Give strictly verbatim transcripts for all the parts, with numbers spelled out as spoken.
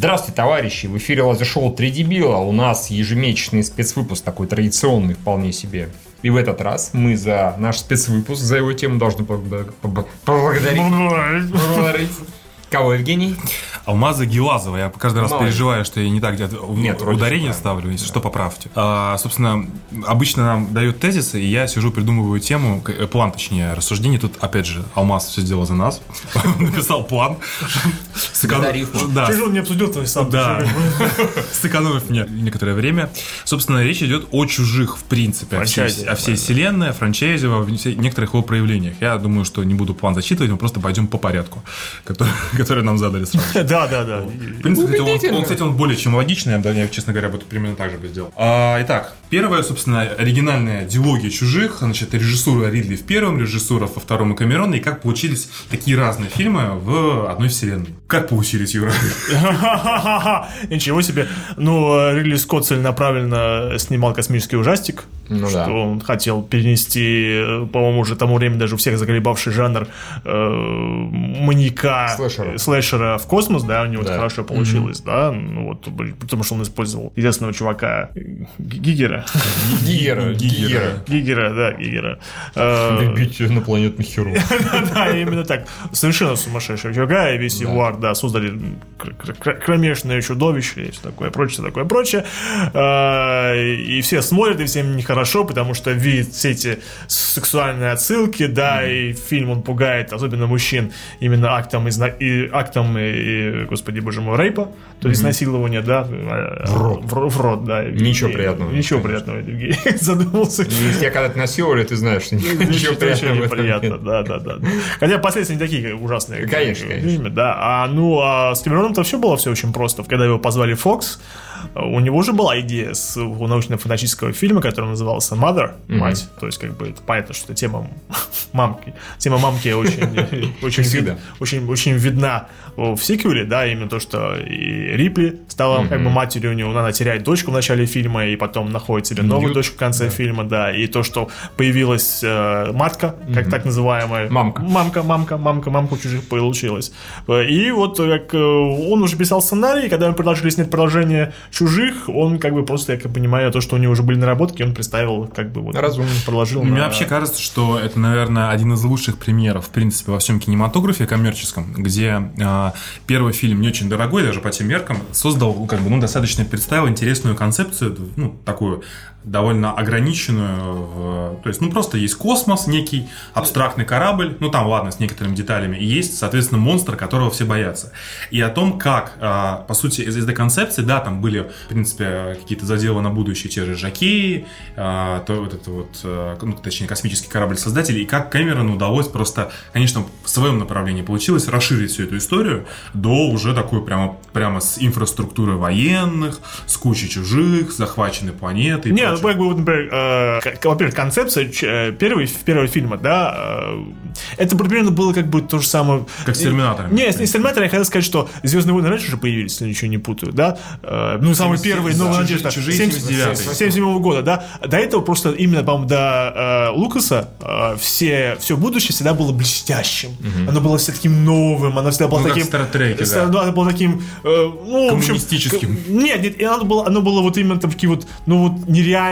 Здравствуйте, товарищи! В эфире Лазер-шоу «Три дебила». У нас ежемесячный спецвыпуск, такой традиционный вполне себе. И в этот раз мы за наш спецвыпуск, за его тему должны поблагодарить. Кого, Евгений? Алмаза Гилазова. Я каждый раз Молодец. переживаю, что я не так Нет, ударение ставлю, если да. что, поправьте. А, собственно, обычно нам дают тезисы, и я сижу, придумываю тему, план, точнее, рассуждение. Тут, опять же, Алмаз все сделал за нас. Написал план. Чего же он не обсудил, то сам. Да. Сэкономив мне некоторое время. Собственно, речь идет о чужих, в принципе, о всей вселенной, о франчайзе, о некоторых его проявлениях. Я думаю, что не буду план зачитывать, мы просто пойдем по порядку, которые нам задали сразу. Да, да, да. В принципе, он, он, кстати, он более чем логичный, я, я, честно говоря, бы примерно так же бы сделал. А, итак, первая, собственно, оригинальная дилогия чужих, значит, режиссура Ридли в первом, режиссура во втором и Камерона, и как получились такие разные фильмы в одной вселенной. Как получились, Юра? Ничего себе. Ну, Ридли Скотт целенаправленно снимал космический ужастик, ну, что да. он хотел перенести, по-моему, уже тому времени даже у всех заколебавший жанр э, маньяка, слэшера. слэшера в космос, да, у него да. хорошо получилось, mm-hmm. да, ну вот, потому что он использовал известного чувака Гигера. Гигера. Гигера. Гигера, да, Гигера. Любить инопланетных херов. Да, именно так. Совершенно сумасшедшего чувака, и весь его арт, да, создали кромешное чудовище и все такое прочее, все такое прочее. И все смотрят, и всем нехорошо, потому что видят все эти сексуальные отсылки, да, и фильм он пугает, особенно мужчин, именно актом и актом и, господи боже мой, рейпа, то есть изнасилования, да, в рот, в, в рот, да. Ничего и, приятного. Ничего конечно. приятного, Евгений задумался. Если тебя когда-то насиловали, ты знаешь, что ничего приятного. Приятно, да, да, да. Хотя последствия не такие ужасные. Конечно, конечно. Да. А, ну, а с Камероном-то все было все очень просто. Когда его позвали Fox, у него уже была идея с научно-фантастического фильма, который назывался Mother, mm-hmm. мать. То есть, как бы, это понятно, что тема мамки. Тема мамки очень, очень, вид, очень, очень видна в сиквеле, да, именно то, что и Рипли стала mm-hmm. как бы матерью у него, она теряет дочку в начале фильма, и потом находит себе новую Ньют. дочку в конце yeah. фильма, да, и то, что появилась э, матка, как mm-hmm. так называемая. Мамка. Мамка, мамка, мамка, мамка у чужих получилась. И вот как он уже писал сценарий, когда ему предложили снять продолжение чужих, он как бы просто, я как понимаю, то, что у него уже были наработки, он представил, как бы вот разумно продолжил. Мне на... вообще кажется, что это, наверное, один из лучших примеров, в принципе, во всем кинематографе коммерческом, где э, первый фильм не очень дорогой, даже по тем меркам, создал, как бы, ну, достаточно представил интересную концепцию, ну, такую довольно ограниченную, то есть, ну, просто есть космос, некий абстрактный корабль, ну, там, ладно, с некоторыми деталями, и есть, соответственно, монстр, которого все боятся. И о том, как, э, по сути, из этой концепции, да, там были, в принципе, какие-то заделы на будущее, те же Жокеи, э, то вот это вот, э, ну, точнее, космический корабль создателей, и как Кэмерону удалось просто, конечно, в своем направлении получилось расширить всю эту историю до уже такой прямо, прямо с инфраструктурой военных, с кучей чужих, захваченной планеты. Не, ну, как бы, например, э, во-первых, концепция первого, первого фильма, да, э, это примерно было как бы то же самое. Как с Терминатором. Не, с Терминатором я хотел сказать, что Звездные войны раньше уже появились, если ничего не путаю, да. Э, ну, самый первый, новая надежда, семьдесят седьмого года, да. До этого просто именно, по-моему, до э, Лукаса э, все, все будущее всегда было блестящим. Угу. Оно было все таким новым, оно всегда было ну, таким. Как в Стартреке, да. Да, оно было таким, э, ну, коммунистическим. В общем, нет, нет, оно было, оно было вот именно такие вот, ну вот нереально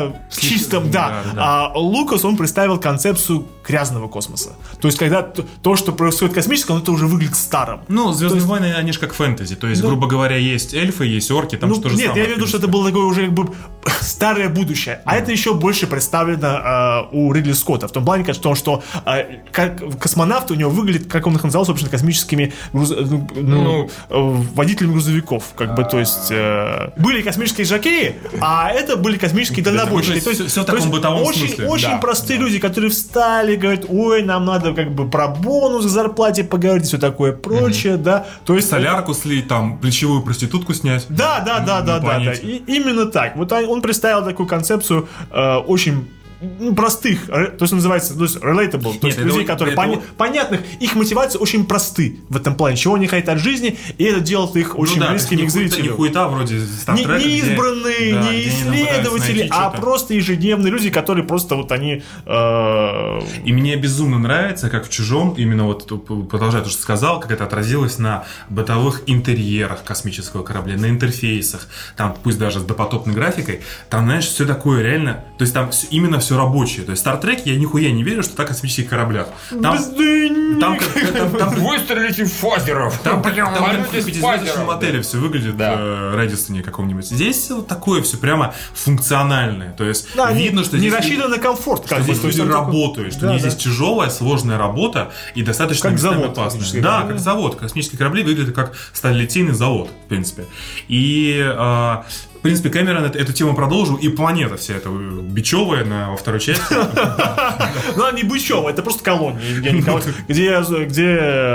чистым, да. Да, да. А Лукас, он представил концепцию грязного космоса. То есть, когда то, то что происходит космическое, оно это уже выглядит старым. Ну, Звездные есть... войны, они же как фэнтези. То есть, ну, грубо говоря, есть эльфы, есть орки, там ну, что же нет, самое. Нет, я имею в виду, что это было такое уже как бы старое будущее. А mm. это еще больше представлено э, у Ридли Скотта. В том плане, что, что э, как космонавт у него выглядит, как он их называл, собственно, космическими груз... ну, ну, э, водителями грузовиков. Как бы, то есть, э, были космические жокеи, а это были космические дальнобойщики. То есть, все в таком бытовом очень, смысле. Очень да, простые да. люди, которые встали, говорят, ой, нам надо как бы про бонус к зарплате поговорить, все такое прочее, mm-hmm. да. То есть, солярку слить, там, плечевую проститутку снять. Да, да, да, да, да, да. И именно так. Вот он представил такую концепцию э, очень ну, простых, то есть называется, то есть relatable, то есть Нет, людей, это, которые это, пони- это... понятных, их мотивации очень просты в этом плане, чего они хотят от жизни, и это делает их очень ну, да, близкими к зрителю. Не хуета вроде Star Не, Trek, не избранные, где, да, не исследователи, а что-то. просто ежедневные люди, которые просто вот они... Э... И мне безумно нравится, как в «Чужом», именно вот, продолжая то, что сказал, как это отразилось на бытовых интерьерах космического корабля, на интерфейсах, там, пусть даже с допотопной графикой, там, знаешь, все такое реально, то есть там именно все рабочее. То есть Star Trek я нихуя не верю, что так в космических кораблях. Там, там, там, там, выстрелите в фазеров. Там, там, там, там как в фазеров. пятизвездочном отеле все выглядит, Да. в Редистоне каком-нибудь. Здесь вот такое все прямо функциональное. То есть Да, видно, не, что не здесь рассчитано на комфорт. что Как бы, здесь то есть люди он такой- работают, что Да, у них да. здесь тяжелая, сложная работа и достаточно Как местами завод опасная. космический Да, корабль. как завод. Космические корабли выглядят как сталелитейный завод, в принципе. И а, в принципе, Кэмерон эту, эту тему продолжил, и планета вся эта бичевая на, во второй части. Ну, она не Бычева, это просто колония, Евгений Николаевич, где, где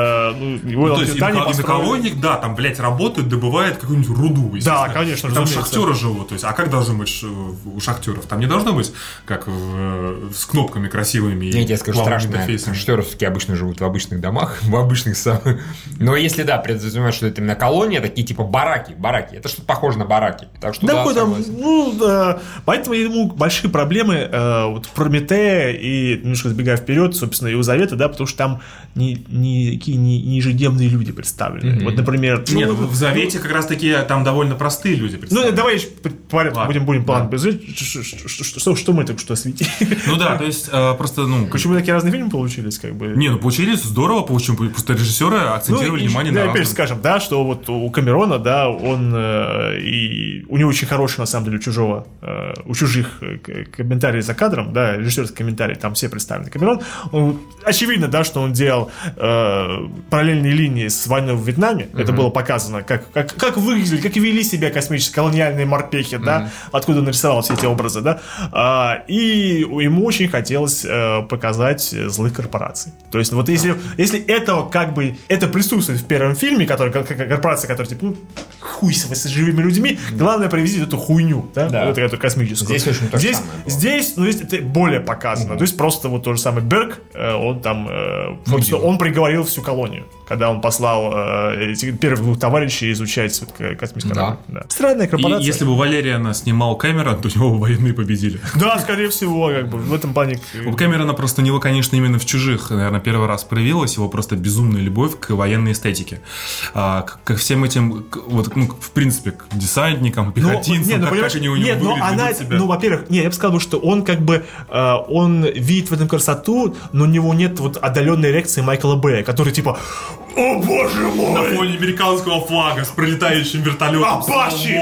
ну, его Ну, то есть и на, Британия и на построили. колониях, да, там, блядь, работают, добывают какую-нибудь руду, естественно. Да, конечно, Там разумеется. шахтеры живут, то есть, а как должно быть ш- у шахтеров? Там не должно быть, как в- с кнопками красивыми и Я тебе скажу, плавными страшно, интерфейсами. шахтеры все-таки обычно живут в обычных домах, в обычных самых. Но если, да, предположить, что это именно колония, такие типа бараки, бараки, это что-то похоже на бараки. Так что Да, да, какой там, согласен. ну, да. Поэтому я думаю, большие проблемы э, вот в Прометея и, немножко сбегая вперед, собственно, и у Завета, да, потому что там не, не такие не, не ежедневные люди представлены. Мгм. Вот, например... Нет, ну, в Завете как раз таки там довольно простые люди Ну, представлены. давай по порядку Ладно. будем, будем план. Да. Что, что, что, что мы только что осветили? Ну да, то есть э, просто, ну... Почему такие разные фильмы получились, как бы? Не, ну получились здорово, получилось, просто режиссеры акцентировали и, внимание да, на опять разных. скажем, да, что вот у Камерона, да, он э, и у него очень хороший, на самом деле, у чужого, э, у чужих э, к- комментарии за кадром, да, режиссерский комментарий, там все представлены. Камерон, он, очевидно, да, что он делал э, параллельные линии с войной в Вьетнаме, это было показано, как, как, как выглядели, как вели себя космические колониальные морпехи, да, откуда он нарисовал все эти образы, да, А, и ему очень хотелось э, показать злых корпораций. То есть, вот если, если этого как бы, это присутствует в первом фильме, который, как, как корпорация, которая типа, ну, хуй с с живыми людьми, главное привезти эту хуйню, да, Да. вот эту космическую. Здесь очень то же здесь, самое было. здесь, ну, здесь это более показано. То есть, просто вот тот же самый Берг, э, он там, э, собственно, он приговорил всю колонию, когда он послал э, этих первых двух товарищей изучать вот, к- космический Да. корабль. Да. Странная корпорация. И если бы Валериана снимал Кэмерон, то у него военные победили. Да, скорее всего, как бы в этом плане. У Кэмерона просто у него, конечно, именно в «Чужих», наверное, первый раз проявилась его просто безумная любовь к военной эстетике. А, к, ко всем этим, к- вот, ну, в принципе, к десантникам, пехотинцам, нет, ну, как, понимаешь, как они у него нет, но выглядят, она, ведут себя. ну, во-первых, не, я бы сказал, что он как бы, э, он видит в этом красоту, но у него нет вот отдаленной реакции Майкла Бэя, который типа, о боже На мой! фоне американского флага с пролетающим вертолетом. Апачи!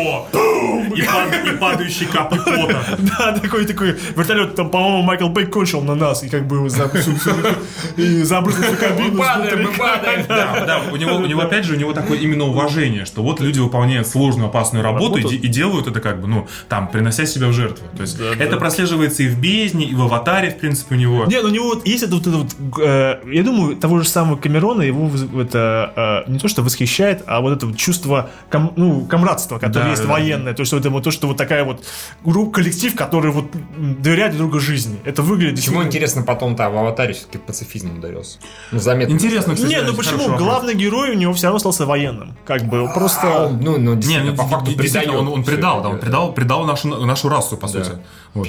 И, пад- и падающей капли пота. Да, такой такой вертолет, там, по-моему, Майкл Бэй кончил на нас и как бы за всю, всю- и забрызгал всю кабину. Мы падаем, изнутри. мы падаем. Да, да, у него, у него опять же, у него такое именно уважение, что вот люди выполняют сложную, опасную работу, Работу. и, де- и делают это как бы, ну, там, принося себя в жертву. То есть Да, это да. прослеживается и в «Бездне», и в «Аватаре», в принципе, у него. Не, ну у него вот есть это вот, это вот э, я думаю, того же самого Камерона, его воз- это э, не то, что восхищает, а вот это вот чувство ком- ну, комрадства, которое Да, есть да, да. военное, то есть вот, это вот то, что вот такая вот группа, коллектив, который вот м, доверяет друг другу жизни. Это выглядит Почему, действительно- интересно, потом-то в «Аватаре» все-таки пацифизм ударился? Ну, заметно. Интересно, кстати. Не, ну хороший почему? вопрос. Главный герой у него все равно остался военным. Как бы А, просто... он, ну, ну, Не, действительно, ну, по факту д- действительно, предает он, он всё предал, это, да, он предал, предал нашу, нашу расу, по Да. сути. Вот.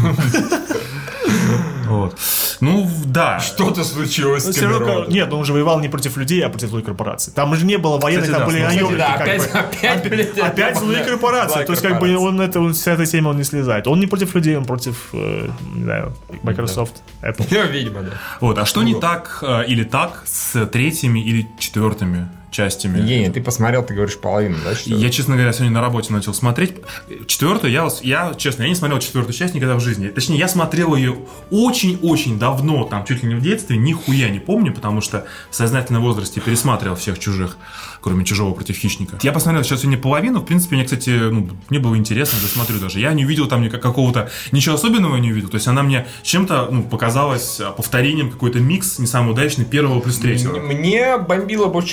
Вот. Ну, да. Что-то случилось Ну, с всё равно, Камероном. нет, он уже воевал не против людей, а против злой корпорации. Там же не было военных, Кстати, там да, были кстати, наемники. да, как опять- бы. опять, блядь, опять да, злые да, корпорации. злая То есть, как бы корпорация. он это, он с этой темы он не слезает. Он не против людей, он против, э, не знаю, Microsoft, Apple. Ну, видимо, да. Вот. А что не так э, или так с третьими или четвертыми частями? Евгений, ты посмотрел, ты говоришь половину, да? Что? Я, честно говоря, сегодня на работе начал смотреть. Четвертую, я, я, честно, я не смотрел четвертую часть никогда в жизни. Точнее, я смотрел ее очень-очень давно, там, чуть ли не в детстве, нихуя не помню, потому что в сознательном возрасте пересматривал всех «Чужих», кроме «Чужого против хищника». Я посмотрел сейчас сегодня половину, в принципе, мне, кстати, ну, мне было интересно, досмотрю даже. Я не увидел там никак- какого-то, ничего особенного не увидел, то есть она мне чем-то, ну, показалась повторением, какой-то микс не самый удачный первого плюс третьего. Мне бомбило большая часть о самой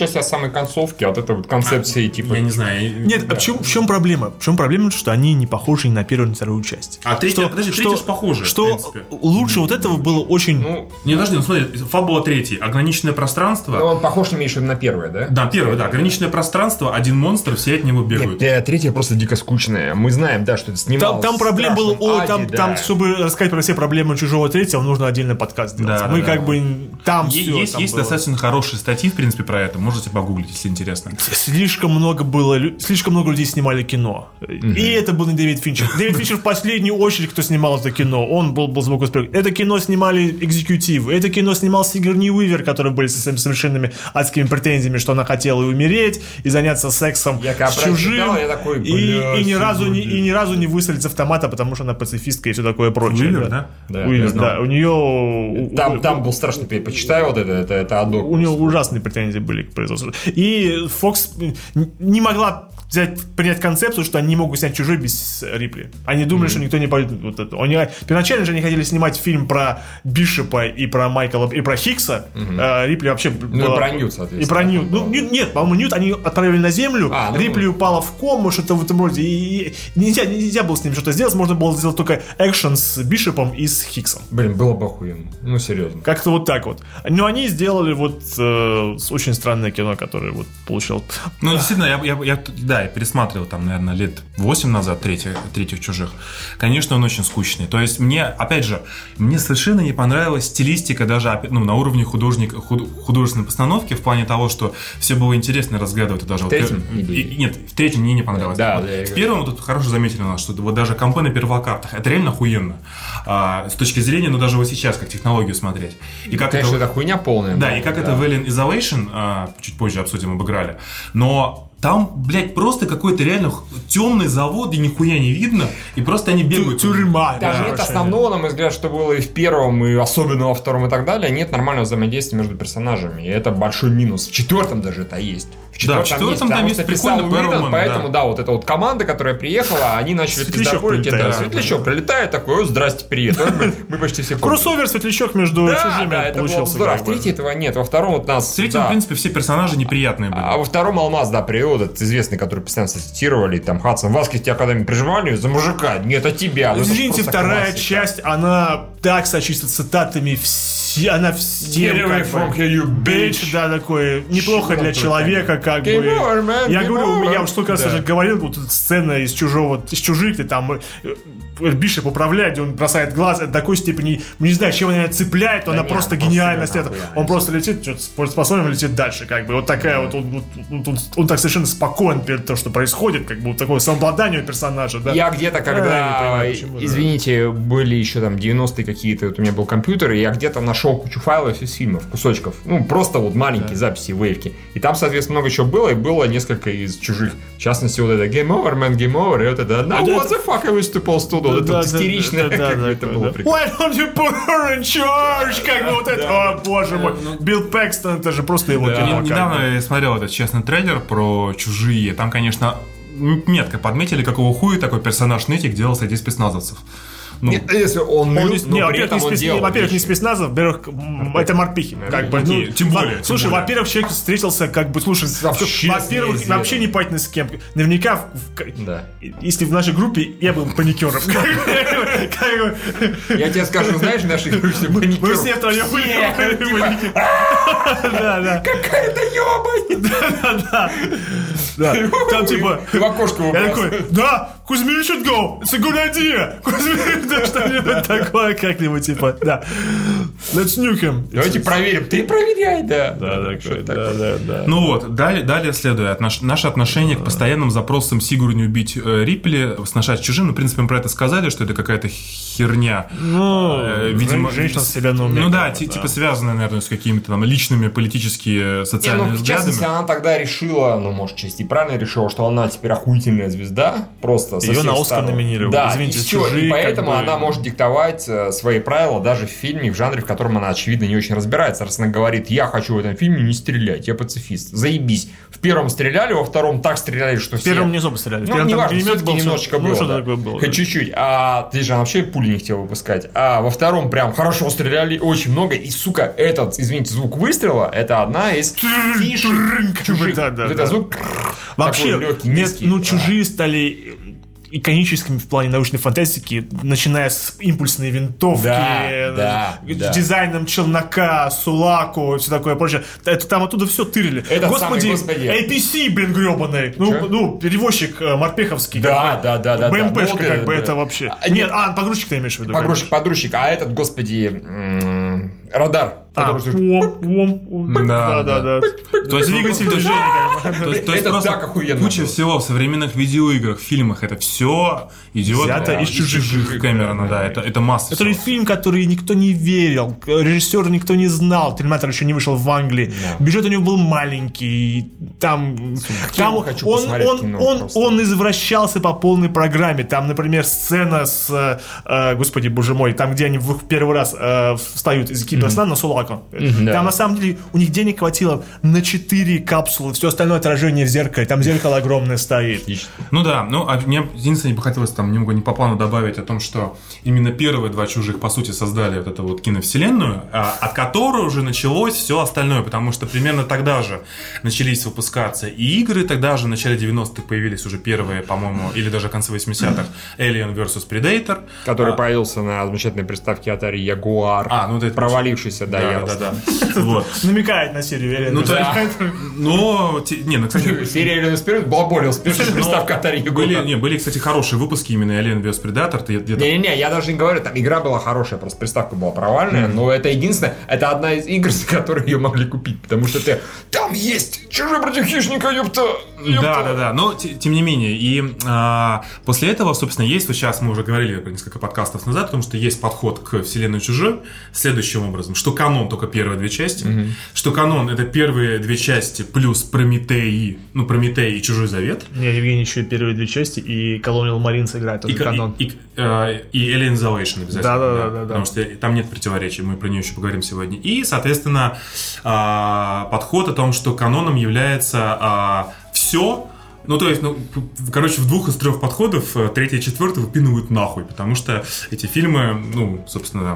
самой концовке, от этой вот концепции, а, типа... Я не знаю. Нет, да. а в, чем, в чем проблема? В чем проблема, что они не похожи ни на первую, ни на вторую часть. А третья, подожди, третья же похожа, Что лучше вот этого было очень... Ну, не, подожди, ну смотри, фабула третья, ограниченное пространство... Ну, он похож, не имеешь в виду на первое, да? Да, первое, да, ограниченное пространство, один монстр, все от него бегают. Нет, третья просто дико скучная. Мы знаем, да, что это снималось. Там, там проблем было... О, Аде, там, да. там, чтобы рассказать про все проблемы чужого третьего, нужно отдельный подкаст сделать. Да, Мы да, как да. бы... Там Е- все есть там есть было. достаточно хорошие статьи, в принципе, про это. Можете погуглить, если интересно. Слишком много было, лю- слишком много людей снимали кино. Mm-hmm. И это был не Дэвид Финчер. Дэвид Финчер в последнюю очередь, кто снимал это кино. Он был, был сбоку справа. Это кино снимали экзекутивы. Это кино снимал Сигурни Уивер, которые были со своими совершенными адскими претензиями, что она хотела и умереть, и заняться сексом Я с чужим. читал, я такой, и, бля, и, ни разу, не, Сигурни. и ни разу не выстрелить с автомата, потому что она пацифистка и все такое прочее. Уивер, да? Да, Уивер, я знал. да. У нее... Там, у, там был страшный, почитай вот это, это, это адок. у него ужасные претензии были к производству. И Fox не могла взять, принять концепцию, что они не могут снять «Чужой» без Рипли. Они думали, mm-hmm. что никто не пойдет вот это. Они, первоначально же они хотели снимать фильм про Бишопа и про Майкла, и про Хиггса. Mm-hmm. А, Рипли вообще... Ну была... и про Ньют, соответственно. И про Ньют. Ну, нет, по-моему, Ньют они отправили на Землю, а, ну, Рипли ну... упала в кому, что-то в этом роде. И, и нельзя, нельзя было с ним что-то сделать, можно было сделать только экшен с Бишопом и с Хиггсом. Блин, было бы охуенно. Ну, серьезно. Как-то вот так вот. Но они сделали вот э, очень странное кино, которое вот получил... Ну, действительно, я, я, я, да, я пересматривал там, наверное, лет восемь назад третьих, третьих «Чужих». Конечно, он очень скучный. То есть мне, опять же, мне совершенно не понравилась стилистика даже ну, на уровне художник, худ, художественной постановки, в плане того, что все было интересно разглядывать. Даже в третьем? Вот, и, нет, в третьем мне не понравилось. Да, вот, да, в первом тут хорошо заметили у нас, что вот даже компы на первокартах, это реально охуенно. А, с точки зрения, ну даже вот сейчас, как технологию смотреть. И как Конечно, это, это хуйня полная. Да, и как да. это в Alien Isolation, а, чуть позже обсудим, обыграли. Но там, блядь, просто какой-то реально темный завод, где нихуя не видно, и просто они бегают. Тюрьма. Там Да, нет основного, на мой взгляд, что было и в первом, и особенно во втором и так далее, нет нормального взаимодействия между персонажами. И это большой минус. В четвертом даже это есть. В четвертом, да, в четвертом есть, там есть прикольный Уидон, поэтому, да. да, вот эта вот команда, которая приехала, они начали пиздоболить. Это Светлячок прилетает такой, о, здрасте, привет. Мы почти все помним. Кроссовер Светлячок между чужими да, это было здорово. В третьем этого нет, во втором вот нас... В третьем, в принципе, все персонажи неприятные были. А во втором Алмаз, да, привет, этот известный, который постоянно цитировали, там, Хадсон, Васкис тебя когда-нибудь прижимали за мужика? Нет, а тебя. Извините, вторая часть, она так сочится цитатами, она всем как бы... Бейдж, да, такое, неплохо для человека, как бы... Я говорю, я уж столько раз уже говорил, вот сцена из чужого, из чужих, ты там Бишоп управляет, он бросает глаз, до такой степени, не знаю, чем она цепляет, но она просто гениально снята. Он просто летит, что-то способен лететь дальше, как бы, вот такая вот, он, он, он, он так совершенно спокоен перед тем, что происходит, как бы, вот такое самообладание у персонажа, да. Я где-то, когда, понимаю, почему, извините, да. были еще там девяностые какие-то, вот у меня был компьютер, и я где-то нашел кучу файлов из фильмов, кусочков, ну, просто вот маленькие да. записи, вейвки. И там, соответственно, много чего было, и было несколько из чужих. В частности, вот это Game Over, Man, Game Over, и вот это No, what the fuck I was supposed to do? Это истеричное, это было прикольно. Why don't you put her in charge? Как бы вот это, о боже мой. Билл Пэкстон, это же просто его кино. Недавно я смотрел этот честный трейлер про «Чужие». Там, конечно, метко подметили, какого хуя такой персонаж Нытик делал среди спецназовцев. Ну, нет, если он мыл, но не, при этом он спец... делал во-первых, не спецназов, во-первых, это морпихи. Как бы, ну, тем более. Тем слушай, более. Во-первых, человек встретился, как бы, слушай, во-первых, вообще не понятно с кем. Наверняка, да. если в нашей группе я был паникером. Я тебе скажу, знаешь, в нашей группе паникер. Мы все втроем были. Да, да. Какая-то ёбань. Да, да. Там типа... Ты в окошко я такой, да, Кузьмин should go. It's a good idea. Кузьмин, да, что-нибудь такое, как-нибудь, типа, да. Let's nuke him. Давайте проверим. Ты проверяй, да. Да, да, да, да, да. Ну вот, далее, далее следует отнош... наше отношение к постоянным запросам Сигурни убить э, Рипли, сношать чужим. Ну, в принципе, мы про это сказали, что это какая-то херня. Ну, э, видимо, женщина себя на уме. Ну да, т- да, типа связанная, наверное, с какими-то там личными политическими, социальными не, ну, взглядами. В частности, она тогда решила, ну, может, часть и правильно решила, что она теперь охуительная звезда, просто Ее на Оскар номинировали. Да, извините, и, все, чужие, и поэтому как бы... она может диктовать свои правила даже в фильме, в жанре, в котором она, очевидно, не очень разбирается. Раз она говорит, я хочу в этом фильме не стрелять, я пацифист. Заебись. В первом стреляли, во втором так стреляли, что в все... В первом не особо стреляли. Ну, не важно, все-таки был, немножечко ну, было. Что да. такое было, Хоть чуть-чуть. А ты же вообще пули не хотел выпускать. А во втором прям хорошо стреляли, очень много. И, сука, этот, извините, звук выстрела, это одна из фишек чужих. Да, да, вот да. это звук вообще, легкий, нет, низкий. ну, чужие стали иконическими в плане научной фантастики, начиная с импульсной винтовки, да, да, да. дизайном челнока, Сулаку, все такое прочее. Это там оттуда все тырили. Этот господи, самый, господи. эй пи си, блин, гребаный. Ну, ну, перевозчик э, морпеховский. Да, да, да, да. БМПшка, да, как да, бы да. это вообще. А, нет, а, погрузчик ты имеешь в виду? Погрузчик, подручик, а этот, господи, м- радар. А, да, да, да. То есть двигатель движения. То есть Это так охуенно куча было. всего в современных видеоиграх, фильмах, это все идет Взято из чужих. Кэмерона, да, это, это масса. Это фильм, который никто не верил, режиссера никто не знал, Терминатор еще не вышел в Англии, Да. бюджет у него был маленький, там, там хочу он, посмотреть он, кино он, просто. он извращался по полной программе, там, например, сцена с, э, господи, боже мой, там, где они в первый раз э, встают из киберсна mm-hmm. на Сулаку, mm-hmm, там, да. на самом деле, у них денег хватило на четыре капсулы, все остальное отражение в зеркале, там зеркало огромное стоит. Ну да, ну, а мне единственное, бы хотелось там немного не по плану добавить о том, что именно первые два чужих, по сути, создали вот эту вот киновселенную, а, от которой уже началось все остальное, потому что примерно тогда же начались выпускаться и игры, тогда же в начале девяностых появились уже первые, по-моему, или даже в конце восьмидесятых Alien versus Predator. Который а, появился на замечательной приставке Atari Jaguar, а, ну, это провалившийся, да, да, яростно. да, да. Вот. Намекает на серию Alien. Ну, да. Но, не, ну, кстати... Серия Alien вперед была более успешная приставка Atari Jaguar. Были, не, были, кстати, хорошие выпуски именно Alien versus Predator. Не-не-не, я даже не говорю, там игра была хорошая, просто приставка была провальная, mm-hmm. но это единственное, это одна из игр, за которые ее могли купить, потому что ты, там есть Чужой против хищника, ёпта, ёпта. Да, да, да, но т- тем не менее, и а, после этого, собственно, есть, вот сейчас мы уже говорили про несколько подкастов назад, потому что есть подход к вселенной Чужой следующим образом, что канон только первые две части, mm-hmm. что канон это первые две части плюс Прометей, ну, Прометей и Чужой Завет. Не, Евгений, еще первые две части, и Colonial Marines играет тоже и, канон. И, и, э, и Alien Isolation обязательно. Да, да, да, да, да, потому да. что там нет противоречий, мы про нее еще поговорим сегодня. И, соответственно, э, подход о том, что каноном является э, все. Ну, то есть, ну, короче, в двух из трех подходов третий и четвертый выпинывают нахуй, потому что эти фильмы, ну, собственно...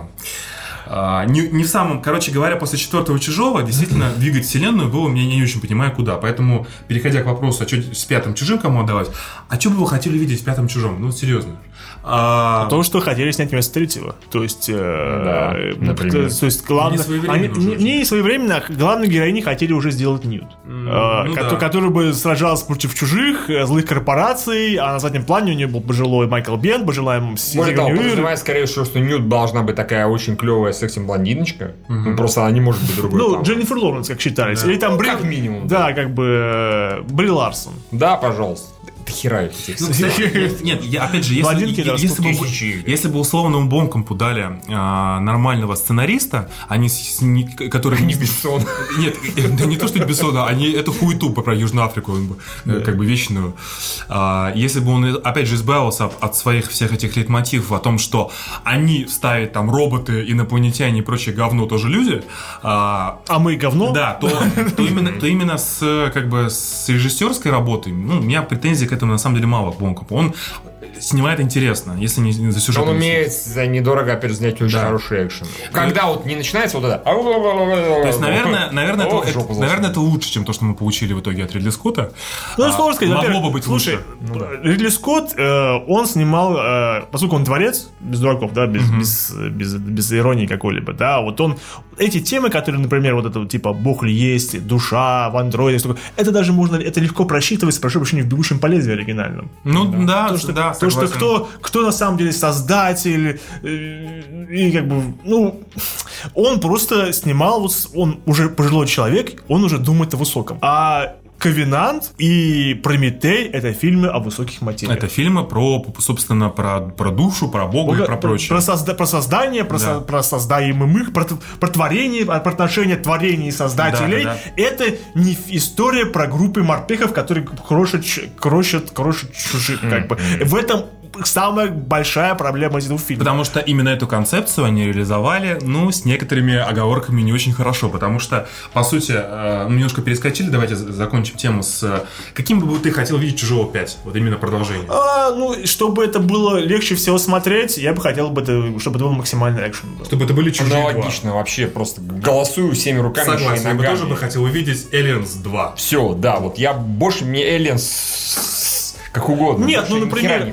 Uh, не, не в самом, короче говоря, после четвертого Чужого действительно двигать вселенную было, мне не очень понимаю, куда. Поэтому, переходя к вопросу, а что с пятым Чужим кому отдавать, а что бы вы хотели видеть в пятом Чужом? Ну, серьезно. А... То, что хотели снять вместо третьего. То есть, да, э, например. то есть главное, не своевременно, они, не, не своевременно, а главную героиню хотели уже сделать Ньют, mm, э, ну ко- да. который бы сражался против чужих, э, злых корпораций, а на заднем плане у нее был пожилой Майкл Бен, пожилая Более того, подразумевает, скорее всего, что Ньют должна быть такая очень клевая секси-блондиночка. Mm-hmm. Ну, просто она не может быть другой. Ну, там. Дженнифер Лоуренс, как считались. Да. Или там ну, Бри... как минимум. Да, как бы э, Бри Ларсон. Да, пожалуйста. Ты хера этих. Ну, кстати, нет, я, опять же, если, если, бы, если бы условному Бомкомпу дали а, нормального сценариста, они с, не, который... Не Бессона. Нет, да не то, что не Бессона, они это хуету про Южную Африку, да. как бы вечную. А, если бы он, опять же, избавился от своих всех этих лейтмотивов о том, что они ставят там роботы, инопланетяне и прочее говно тоже люди. А, а мы говно? Да, то, то, именно, то именно с, как бы, с режиссерской работой, ну, у меня претензий к этому на самом деле мало к Бомкомпу. Он снимает интересно, если не за сюжетом. Он умеет за недорого, опять же, снять очень да. хороший экшен. Когда вот не начинается вот это... То есть, наверное, наверное, это, это, наверное, это лучше, чем то, что мы получили в итоге от Ридли Скотта. Ну, сложно сказать. Могло бы быть слушай, лучше. Ну, да. Ридли Скотт, э, он снимал, э, поскольку он творец, без дураков, да, без, uh-huh. без, без, без иронии какой-либо, да, вот он, эти темы, которые, например, вот это, типа, Бог ли есть, душа в андроиде, это даже можно, это легко просчитывается, прошу прощения, в «Бегущем по лезвию» оригинальном. Ну, да, да, то, что, да, то, что кто, кто на самом деле создатель, э, и как бы, ну, он просто снимал, вот, он уже пожилой человек, он уже думает о высоком. А Ковенант и Прометей — это фильмы о высоких материях. Это фильмы про, собственно, про, про душу, про Бога Бога, и про прочее. Про, созда- про создание, про, да. со- про создаемых, про, про творение, про отношения творения и создателей. Да, да, да. Это не история про группы морпехов, которые крошат, крошат, крошат чужих. Mm-hmm. Как бы. В этом самая большая проблема этого фильма. Потому что именно эту концепцию они реализовали, ну, с некоторыми оговорками не очень хорошо. Потому что, по сути, мы немножко перескочили. Давайте закончим тему с... Каким бы ты хотел видеть «Чужого пять»? Вот именно продолжение. А, ну, чтобы это было легче всего смотреть, я бы хотел, бы это, чтобы это был максимальный экшен. Был. Чтобы это были «Чужие два». Аналогично, вообще просто голосую всеми руками. Согласен, я бы тоже бы хотел увидеть «Aliens два». Все, да, вот я больше мне «Aliens» как угодно. Нет, ну, например...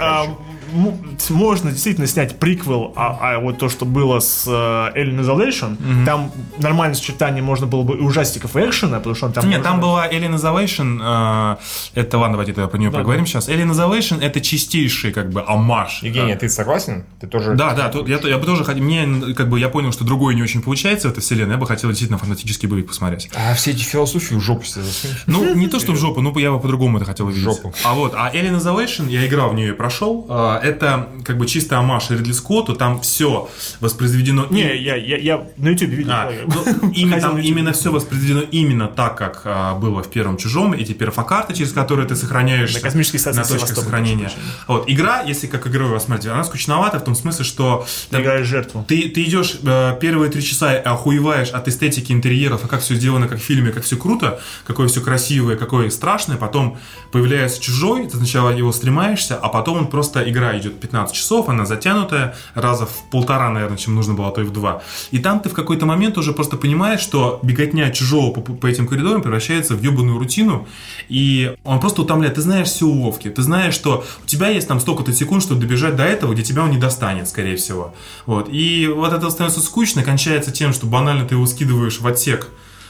можно действительно снять приквел, а, а вот то, что было с uh, Alien Isolation, mm-hmm. там нормальное сочетание можно было бы и ужастиков, и экшена, потому что он там... Нет, можно... там была Alien Isolation, э, это, ладно, давайте про нее да, поговорим да. сейчас. Alien Isolation — это чистейший, как бы, омаж. Евгений, да. ты согласен? Ты тоже... Да, да, то, я, я бы тоже хотел, мне, как бы, я понял, что другое не очень получается в этой вселенной, я бы хотел действительно фантастический боевик посмотреть. А все эти философии в жопу себе засунешь? Ну, не то, что в жопу, но я бы по-другому это хотел увидеть. В жопу. А вот, а Alien Isolation, я играл в нее и прошел, это, как бы, чистый омаж Ридли Скотту, там все воспроизведено... Не, я, я, я на YouTube видел. А, ну, именно, там именно все воспроизведено именно так, как а, было в первом «Чужом», эти перфокарты, через которые ты сохраняешься на космической станции на точках сохранения. Вот, игра, если как игровую рассмотреть, она скучновата в том смысле, что... Ты там, играешь жертву. Ты, ты идешь э, первые три часа и охуеваешь от эстетики интерьеров, а как все сделано, как в фильме, как все круто, какое все красивое, какое страшное, потом появляется «Чужой», ты сначала его стремаешься, а потом он просто, игра идет пятнадцать часов, она затянутая, раза в полтора, наверное, чем нужно было, а то и в два. И там ты в какой-то момент уже просто понимаешь, что беготня «Чужого» по, по этим коридорам превращается в ебаную рутину, и он просто утомляет. Ты знаешь все уловки, ты знаешь, что у тебя есть там столько-то секунд, чтобы добежать до этого, где тебя он не достанет, скорее всего. Вот. И вот это становится скучно, кончается тем, что банально ты его скидываешь в отсек.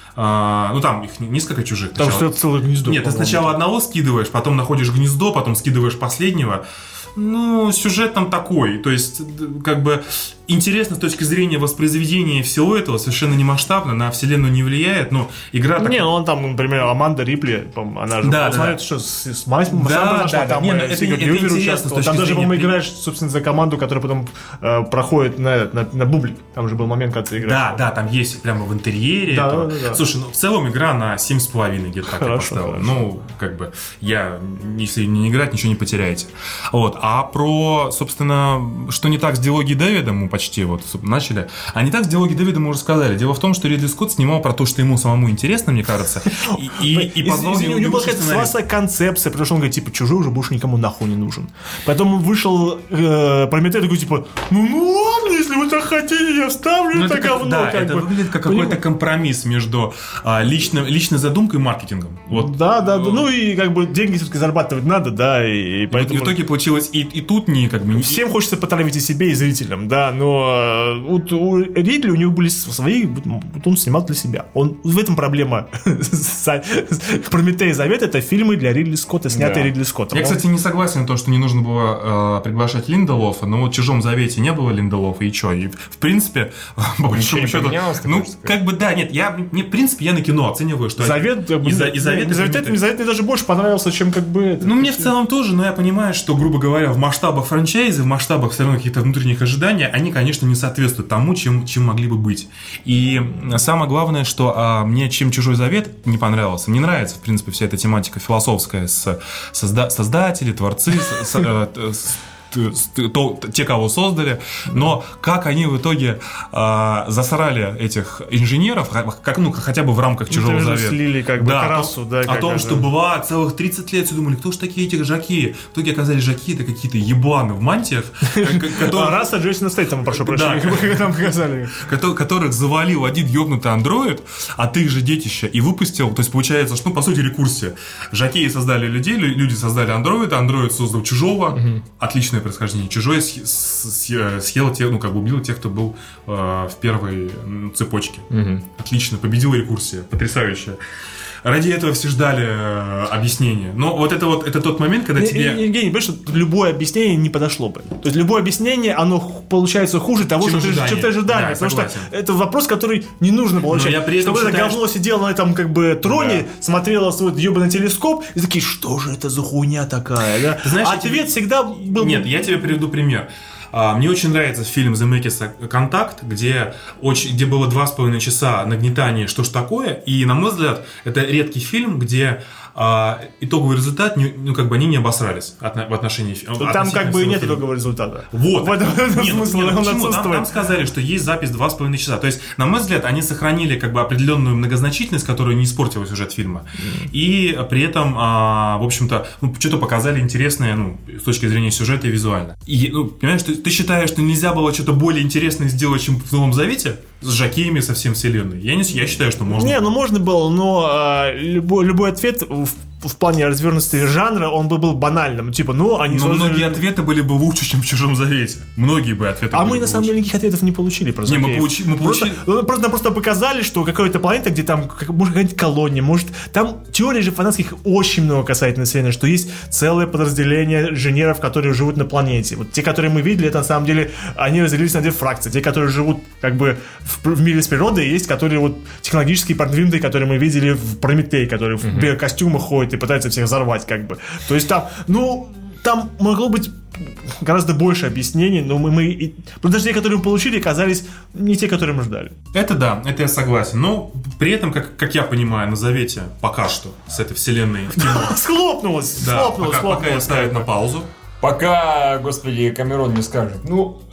А, ну там их несколько чужих. Там что целое гнездо. Нет, ты сначала одного скидываешь, потом находишь гнездо, потом скидываешь последнего. Ну, сюжет там такой, то есть, как бы, интересно с точки зрения воспроизведения всего этого, совершенно не масштабно, на вселенную не влияет, но игра... Не, так... ну он там, например, Аманда Рипли, она же, да, посмотрит, да. что с, с Майсом, да, да, там не, ну, это, это интересно с точки там даже, зрения... по-моему, играешь, собственно, за команду, которая потом э, проходит на, на, на бублик, там же был момент, когда ты играешь. Да, да, там есть прямо в интерьере да, этого. Да, да, да. Слушай, ну, в целом игра на семь с половиной где-то так я поставил. Ну, как бы, я, если не играть, ничего не потеряете. Вот, а про... Собственно, что не так с диалогией Дэвида, мы почти вот начали. А не так с диалогией Дэвида мы уже сказали. Дело в том, что Ридли Скотт снимал про то, что ему самому интересно, мне кажется. И, и, и позвал у него была какая-то своя концепция, потому что он говорит, типа, «Чужой уже больше никому нахуй не нужен». Потом вышел э, Прометей, такой, типа, ну, ну ладно, если вы так хотите, я вставлю ну, это, это говно. Да, как это бы. Выглядит как какой-то компромисс между а, лично, личной задумкой и маркетингом. Вот. Да, да, да. Ну и как бы деньги все-таки зарабатывать надо, да. И, и поэтому... И в итоге получилось и, и тут не как бы... Всем хочется потравить и себе, и зрителям, да, но вот у Ридли, у него были свои, вот он снимал для себя. Он, в этом проблема. «Прометей и Завет» — это фильмы для Ридли Скотта, снятые да. Ридли Скоттом. Я, кстати, не согласен с том, что не нужно было э, приглашать Линделофа, но вот в «Чужом завете» не было Линделофа, и что? И, в принципе, по большому счету... Ну, как бы, да, нет, я, не, в принципе, я на кино оцениваю, что... Завет, и, и, Завет, и Завет, Завет, мне Завет мне даже больше понравился, чем как бы... Ну, мне в целом тоже, но я понимаю, что, грубо говоря, в масштабах франчайза, в масштабах все равно каких-то внутренних ожиданий, они, конечно, не соответствуют тому, чем, чем могли бы быть. И самое главное, что а, мне чем «Чужой завет» не понравился. Мне нравится, в принципе, вся эта тематика философская с созда- создатели, творцы, с, с, э, с, То, те, кого создали, но как они в итоге э, засрали этих инженеров, как, ну, хотя бы в рамках «Чужого ну, завета. Слили как бы да, трассу, да, о том, что была целых тридцать лет, все думали, кто ж такие эти жаки. В итоге оказались жаки-то какие-то ебланы в мантиях. Раса Джейсона Стэйтема, прошу прощения, нам показали. Которых завалил один ёбнутый андроид, а ты же детище, и выпустил, то есть получается, что, ну, по сути, рекурсия. Жаки создали людей, люди создали андроида, андроид создал Чужого, отличное происхождение. Чужой съел тех, ну, как бы убил тех, кто был э, в первой цепочке. Угу. Отлично, победила рекурсия, потрясающая. ради этого все ждали э, объяснения. Но вот это вот, это тот момент, когда тебе... Евгений, понимаешь, что любое объяснение не подошло бы. То есть любое объяснение, оно получается хуже того, чем, что ты, чем ты ожидания. Да, потому согласен. Что это вопрос, который не нужно получать. Я при этом Чтобы считаю, это говно что... сидело на этом как бы троне, да. смотрело свой ебаный телескоп и такие, что же это за хуйня такая, да? Знаешь, ответ тебе... всегда был... Нет, я тебе приведу пример. Мне очень нравится фильм Земекиса «Контакт», где, очень, где было два с половиной часа нагнетания «Что ж такое?». И, на мой взгляд, это редкий фильм, где а, итоговый результат, ну, как бы они не обосрались от, в отношении фильма. Там как бы нет итогового результата. Вот. В этом, в этом нет, смысле нет, он почему? отсутствует. Там, там сказали, что есть запись два с половиной часа. То есть, на мой взгляд, они сохранили как бы определенную многозначительность, которая не испортила сюжет фильма. Mm. И при этом, а, в общем-то, ну, что-то показали интересное, ну, с точки зрения сюжета и визуально. И, ну, понимаешь, ты, ты считаешь, что нельзя было что-то более интересное сделать, чем в Новом Завете? С жокеями со всем вселенной? Я, не, я считаю, что можно. Не, ну можно было, но а, любой, любой ответ в, в плане развернутости жанра, он бы был банальным. Типа, ну, они... Но создали... многие ответы были бы лучше, чем в Чужом Завете. Многие бы ответы А были мы, бы на самом лучше. деле, никаких ответов не получили про Не, мы, Зокеев. получи, мы получили... Просто, просто, просто показали, что какая-то планета, где там, как, может, какая-нибудь колония, может... Там теорий же фанатских очень много касательно Вселенной, что есть целое подразделение инженеров, которые живут на планете. Вот те, которые мы видели, это на самом деле, они разделились на две фракции. Те, которые живут как бы в, в мире с природой, и есть, которые вот технологически продвинутые, которые мы видели в Прометее, которые uh-huh. в биокостюмах ходят и пытаются всех взорвать, как бы. То есть там, ну, там могло быть гораздо больше объяснений, но мы, мы даже те, которые мы получили, оказались не те, которые мы ждали. Это да, это я согласен. Но при этом, как, как я понимаю, на Завете пока что с этой вселенной в кино схлопнулось, да, схлопнулось, пока, схлопнулось. пока ее ставят на паузу. Пока, господи, Камерон не скажет, ну,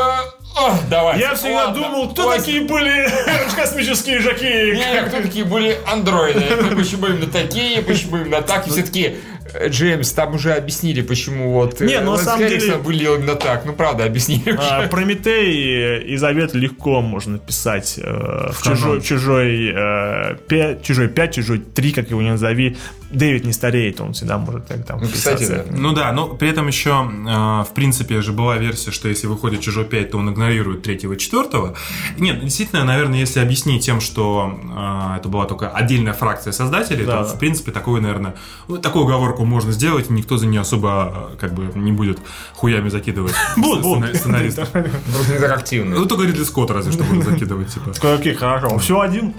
давай. Я всегда ладно, думал, кто хватит. такие были космические жаки. Не, кто такие были андроиды? Почему именно такие, почему именно так? И все таки Джеймс, там уже объяснили, почему вот Не, ну на самом деле были именно так. Ну, правда, объяснили. А, Прометей и Завет легко можно писать э, в, чужой, в чужой, э, пять, чужой пять, чужой три, как его не назови. Дэвид не стареет, он всегда может так, там, ну, кстати, да. Ну да, но при этом еще, э, в принципе, же была версия, что если выходит Чужой пять, то он игнорирует третьего и четвертого. Нет, действительно, наверное, если объяснить тем, что э, это была только отдельная фракция создателей, да. то, в принципе, такой, наверное, вот такую оговорку можно сделать, и никто за нее особо как бы не будет хуями закидывать сценаристов. Просто не так активно. Ну, только Ридли Скотт разве что будет закидывать, типа. Окей, хорошо, все один.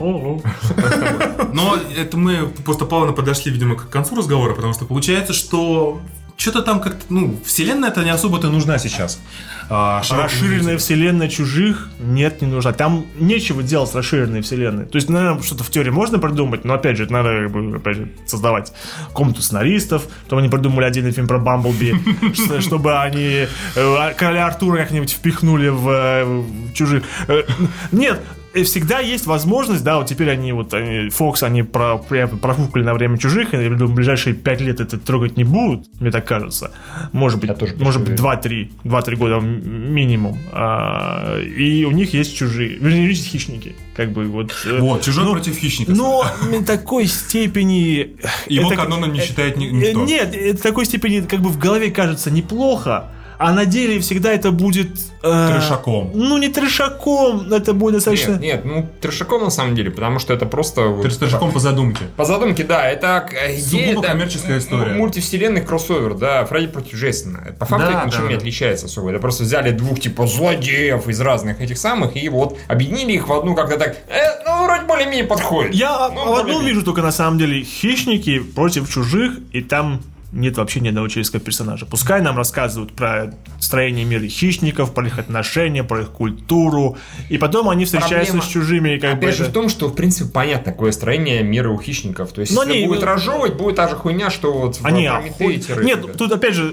Но это мы просто плавно подошли, видимо, к концу разговора, потому что получается, что что-то там как-то, ну, вселенная-то не особо-то нужна сейчас. А, расширенная вселенная чужих нет, не нужна. Там нечего делать с расширенной вселенной. То есть, наверное, что-то в теории можно придумать, но опять же, это надо опять же, создавать комнату сценаристов, чтобы они придумали отдельный фильм про Бамблби, чтобы они Короля Артура как-нибудь впихнули в чужих. Нет. Всегда есть возможность, да, вот теперь они, вот, они, Fox, они про, профукали на время чужих, и я думаю, в ближайшие пять лет это трогать не будут, мне так кажется. Может быть, может быть два-три года минимум. А, и у них есть чужие, вернее, есть хищники, как бы, вот. Вот, чужой но, против хищника. Но в такой степени... Его это, каноном не считает никто. Нет, это в такой степени, как бы в голове кажется неплохо, а на деле всегда это будет... Э, трешаком. Ну, не трешаком, это будет достаточно... Нет, нет, ну, трешаком на самом деле, потому что это просто... Вот, трешаком по задумке. По задумке, да, это идея... Сугубо коммерческая история. Мультивселенной кроссовер, да, Фредди против Джейсона. По факту да, это ничем да, не да. отличается особо. Это просто взяли двух, типа, злодеев из разных этих самых и вот объединили их в одну как-то так... Э, ну, вроде более-менее подходит. Я ну, в одном вижу только, на самом деле, хищники против чужих, и там... нет вообще ни одного человеческого персонажа. Пускай нам рассказывают про строение мира хищников, про их отношения, про их культуру, и потом они встречаются Проблема, с чужими. Как опять бы же это... в том, что в принципе понятно, какое строение мира у хищников. То есть, но если не, будет ну... разжевывать, будет та же хуйня, что вот в они Прометее оху... Нет, тут опять же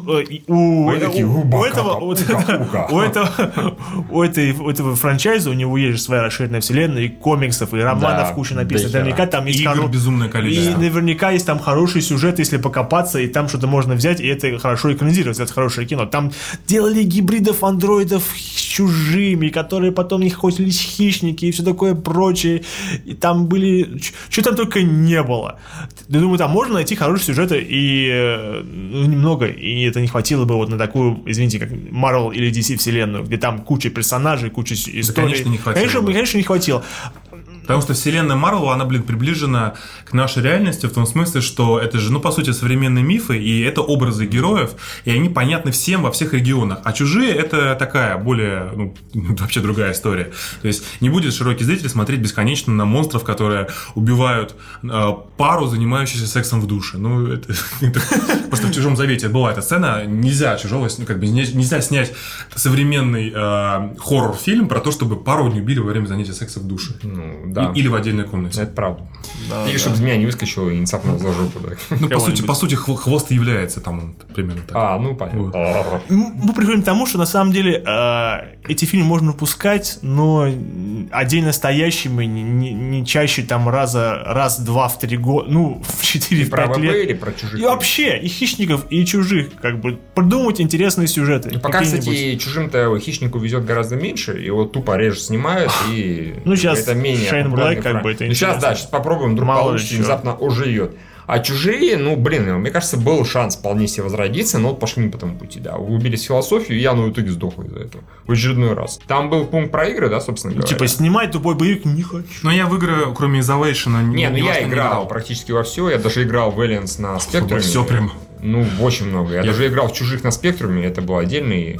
у, у, такие, у, уба, у этого уба, у, уба. у этого у, этой, у этого франчайза у него есть же своя расширенная вселенная, и комиксов, и романов да, куча написано. Да, наверняка там есть игр хоро... безумное количество. И наверняка есть там хороший сюжет, если покопаться, и там что-то можно взять, и это хорошо экранизировать, это хорошее кино. Там делали гибридов андроидов с чужими, которые потом не охотились хищники и все такое прочее. И там были... Что там только не было. Я думаю, там можно найти хорошие сюжеты, и ну, немного, и это не хватило бы вот на такую, извините, как Marvel или ди си вселенную, где там куча персонажей, куча историй. Да, конечно, не хватило. Конечно, конечно, не хватило. Потому что вселенная Марвел, она, блин, приближена к нашей реальности в том смысле, что это же, ну, по сути, современные мифы, и это образы героев, и они понятны всем во всех регионах. А «Чужие» — это такая более, ну, вообще другая история. То есть не будет широкий зритель смотреть бесконечно на монстров, которые убивают э, пару, занимающуюся сексом в душе. Ну, это, это просто в «Чужом завете» была эта сцена. Нельзя чужого, как бы, нельзя снять современный э, хоррор-фильм про то, чтобы пару не убили во время занятия секса в душе. Ну, да. И, или в отдельной комнате. Это правда. Да, или да. чтобы змея не выскочила и не цапнула за жопу. Да. Ну, по сути, по сути, хвост является там примерно так. А, ну понятно. Вот. Мы приходим к тому, что на самом деле э, эти фильмы можно выпускать, но отдельно стоящими не, не, не чаще там раза раз-два в три года, ну, в четыре-пять лет. Или про чужих. И вообще, и хищников, и чужих, как бы, придумывать интересные сюжеты. Ну, пока, кстати, чужим-то хищнику везет гораздо меньше, его тупо реже снимают, и ну, сейчас это менее Шейн Блэк, как бы, это ну, сейчас, да, сейчас попробуем, вдруг Мало получится, внезапно оживет. А «Чужие», ну, блин, мне кажется, был шанс вполне себе возродиться, но вот пошли не по тому пути, да. Углубились в философию, и я, ну, в итоге сдохла из-за этого. В очередной раз. Там был пункт про игры, да, собственно говоря. Типа, снимать тупой боевик не хочу. Но я в игры, кроме Isolation, не, ну ни я не играл, играл практически во все. Я даже играл в Aliens на Спектруме. Все прям. Ну, очень много. Я, я даже играл в «Чужих» на Спектруме, это был отдельный...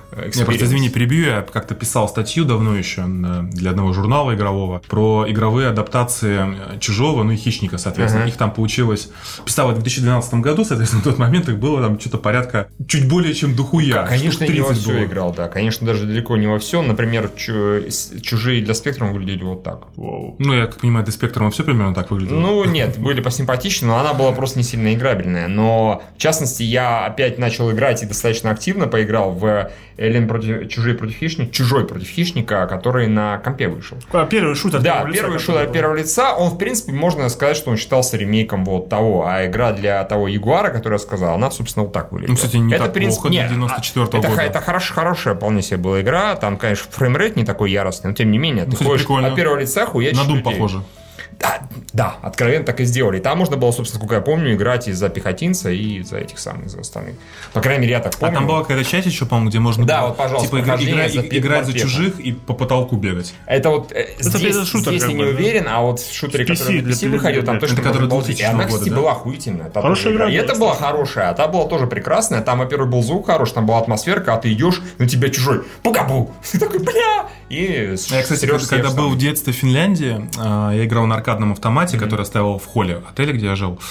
Я просто, извини, перебью, я как-то писал статью давно еще для одного журнала игрового про игровые адаптации «Чужого», ну и «Хищника», соответственно. Uh-huh. Их там получилось... Писал в две тысячи двенадцатом году, соответственно, в тот момент их было там что-то порядка чуть более чем дохуя. Конечно, не во все было. играл, да. Конечно, даже далеко не во все. Например, «Чужие» для Спектрума выглядели вот так. Wow. Ну, я как понимаю, для Спектрума все примерно так выглядело. Ну, нет, были посимпатичнее, но она была просто не сильно играбельная. Но, в частности, я опять начал играть и достаточно активно поиграл в Alien против Чужие против хищника, Чужой против хищника, который на компе вышел. Первый шутер да, первого лица. первый шутер первого лица. Он, в принципе, можно сказать, что он считался ремейком вот того. А игра для того Ягуара, который я сказал, она, собственно, вот так выглядит. Ну, кстати, не это, так в принципе, плохо для девяносто четвёртого это, года. Это хорош, хорошая вполне себе была игра. Там, конечно, фреймрейт не такой яростный, но тем не менее, ну, ты кстати, ходишь прикольно. от первого лица хуячишь на Doom людей. похоже. Да, да, откровенно так и сделали. Там можно было, собственно, сколько я помню, играть и за пехотинца, и за этих самых, за остальных. По крайней мере, я так помню. А там была какая-то часть еще, по-моему, где можно да, было, вот, пожалуйста, типа, игра, за играть за чужих и по потолку бегать. Это вот э, это здесь, шутер, здесь я не бы, уверен, а вот в шутере, который на пи си выходил, там точно можно балдеть. И она, кстати, да? была охуительная. Хорошая игра. И это была хорошая, а та была тоже прекрасная. Там, во-первых, был звук хороший, там была атмосферка, а ты идешь, на тебя чужой пугабу. Ты такой, бля! И я, кстати, когда был в детстве в Финляндии, я играл на аркадном автомате, который я ставил в холле отеля, где я жил.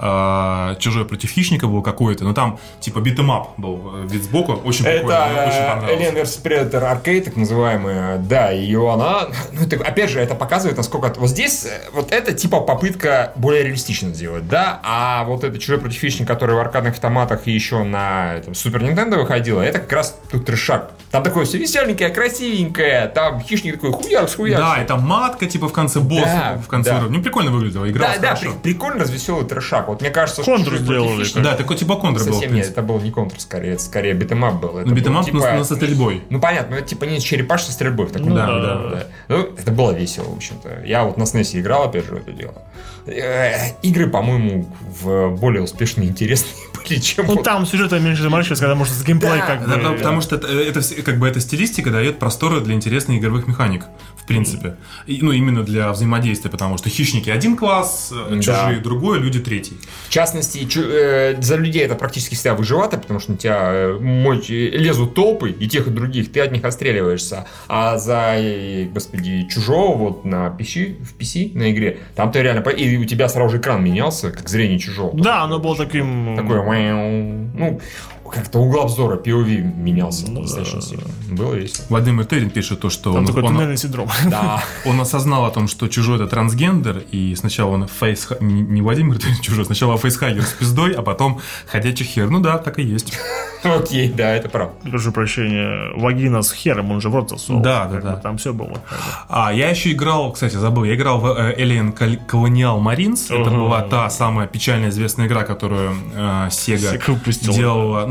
«Чужой против хищника» был какой-то, но там типа битэмап был вид сбоку, очень прикольно, это Alien версус Predator Arcade, так называемая, да, и она, ну, это, опять же, это показывает, насколько, вот здесь, вот это типа попытка более реалистично сделать, да, а вот это «Чужой против хищника», который в аркадных автоматах и еще на этом, Супер Нинтендо выходила, это как раз тут трешак. Там такое все веселенькое, красивенькое, там хищник такой хуярк, хуярк. Да, это матка, типа в конце босса, да, в конце да. уровня. Ну, прикольно выглядело, игра. Да, да, при, прикольно развеселый трешак. Вот мне кажется, что Контр сделали. Да, такой типа контр был. Совсем нет, это был не контр, скорее, это скорее битэмап был. Ну, битэмап типа, но со стрельбой. Ну, понятно, но это типа не черепаш со стрельбой в таком. Да, да, да, да. Ну, это было весело, в общем-то. Я вот на снэсе играл, опять же, в это дело. Игры, по-моему, в более успешные и интересные были, чем... Ну, вот... там сюжета меньше заморачиваться, когда может с геймплей да, как да, бы... Да, потому что это, это, как бы, эта стилистика дает просторы для интересных игровых механик, в принципе. И, ну, именно для взаимодействия, потому что хищники один класс, да. Чужие другой, люди третий. В частности, чу- э, за людей это практически всегда выживато, потому что на тебя э, мочь, лезут толпы, и тех, и других, ты от них отстреливаешься. А за, э, господи, чужого вот на пи си, в пи си на игре, там ты реально... И у тебя сразу же экран менялся, как зрение чужого. Да, оно было таким... Такое... Ну, как-то угол обзора пи о ви менялся ну, достаточно да. сильно. Было весело. Владимир Терин пишет то, что там он, такой он, туннельный синдром. Да. Он осознал о том, что чужой это трансгендер, и сначала он фейс... Не, не Владимир Терин чужой, сначала фейсхагер с пиздой, а потом ходячий хер. Ну да, так и есть. Окей, да, это правда. Прошу прощения, вагина с хером, он же в рот засунул. Да, да, да. Там все было. А, я еще играл, кстати, забыл, я играл в Alien Colonial Marines. Это была та самая печально известная игра, которую Sega делала, ну,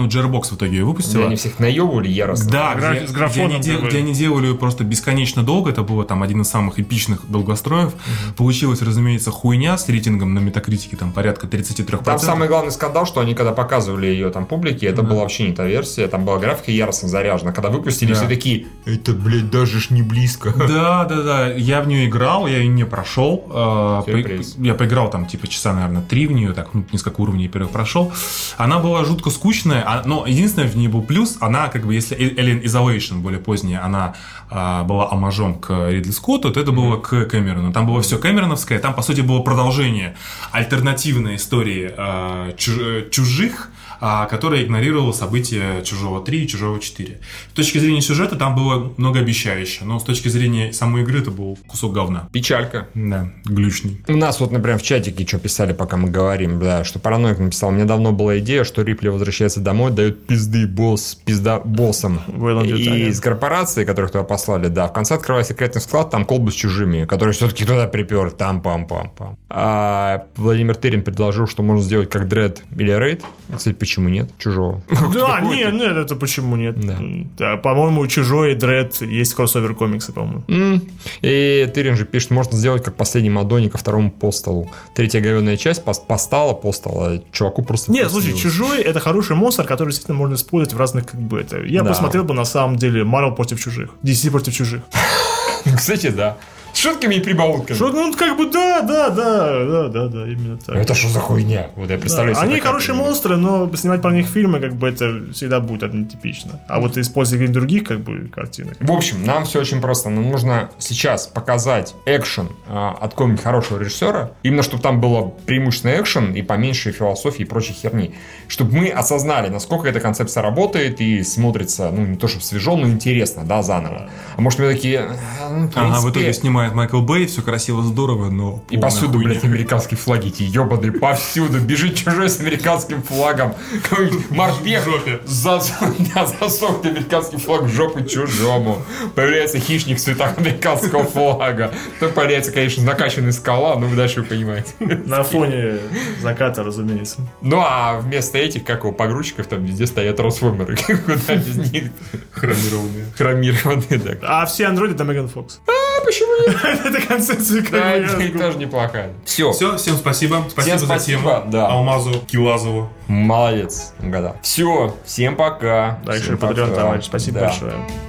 Gearbox в итоге ее выпустила. Где они всех наебывали яростно. Да, Граф... где, с графоном, где, они дел, где они делали ее просто бесконечно долго. Это было там один из самых эпичных долгостроев. Mm-hmm. Получилась, разумеется, хуйня с рейтингом на Метакритике там порядка тридцать три процентов. Там самый главный скандал, что они когда показывали ее там публике, это mm-hmm. была вообще не та версия. Там была графика яростно заряжена. Когда выпустили, да. все такие, это, блядь, даже ж не близко. Да, да, да. Я в нее играл, я ее не прошел. Сюрприз. Я поиграл там типа часа, наверное, три в нее, так, ну, несколько уровней первых прошел. Она была жутко скучная, но единственное в ней был плюс, она, как бы, если Alien Isolation, более поздняя, она а, была омажом к Ридли Скотту, то это mm-hmm. было к Кэмерону. Там было все кэмероновское, там, по сути, было продолжение альтернативной истории а, чуж- чужих, а, которая игнорировала события Чужого три и Чужого четыре. С точки зрения сюжета там было многообещающе, но с точки зрения самой игры это был кусок говна. Печалька. Да, глючный. У нас вот, например, в чатике что писали, пока мы говорим, да, что Параноик написал, мне давно была идея, что Рипли возвращается домой, дает пизды босс, пизда боссам и из корпорации, которых туда послали, да, в конце открывая секретный склад, там колбы с чужими, которые все-таки туда припер, там пам-пам-пам. А Владимир Тырин предложил, что можно сделать как Дред или Рейд. Кстати, почему нет? Чужого. Да, нет, нет, это почему нет? Да. Да, по-моему, Чужой и Дред есть кроссовер комиксы, по-моему. Mm. И Тырин же пишет, можно сделать как последний Мадонни ко второму Посталу. Третья говенная часть постала, постала, чуваку просто... Нет, слушай, Чужой — это хороший монстр, который действительно можно использовать в разных, как бы, это... Я да. посмотрел бы, на самом деле, Марвел против чужих. ди си против чужих. Кстати, да. С шутками и прибаутками. Шут, ну, как бы, да, да, да, да, да, да, именно так. Это что за хуйня? Вот я представляю да. себе. Они хорошие пример. Монстры, но снимать про них фильмы, как бы, это всегда будет однотипично. А вот использовать каких-то других, как бы, картинок. В общем, нам все очень просто. Нам нужно сейчас показать экшен а, от какого-нибудь хорошего режиссера. Именно, чтобы там было преимущественно экшен и поменьше философии и прочей херни. Чтобы мы осознали, насколько эта концепция работает и смотрится, ну, не то чтобы свежо, но интересно, да, заново. А может, мы такие... Ну, в принципе... Ага, в итоге снимает Майкл Бэй, все красиво, здорово, но... И повсюду, блядь, американские флаги, эти ебаные, повсюду. Бежит чужой с американским флагом. Морпех засохнет американский флаг в жопу чужому. Появляется хищник в цветах американского флага. Потом появляется, конечно, накачанная скала, ну, дальше вы понимаете. На фоне заката, разумеется. Ну, а вместо этих, как его, погрузчиков, там везде стоят трансформеры. Куда без них? Хромированные. Хромированные, да. А все андроиды — это Меган Фокс. А, почему нет? Это концепция, да, это тоже неплохая. Все. Все, всем спасибо. Спасибо, всем за спасибо, тему. Да. Алмазу Килазову. Молодец, угадал. Все, всем пока. Дальше Патреон, товарищ. Спасибо да. большое.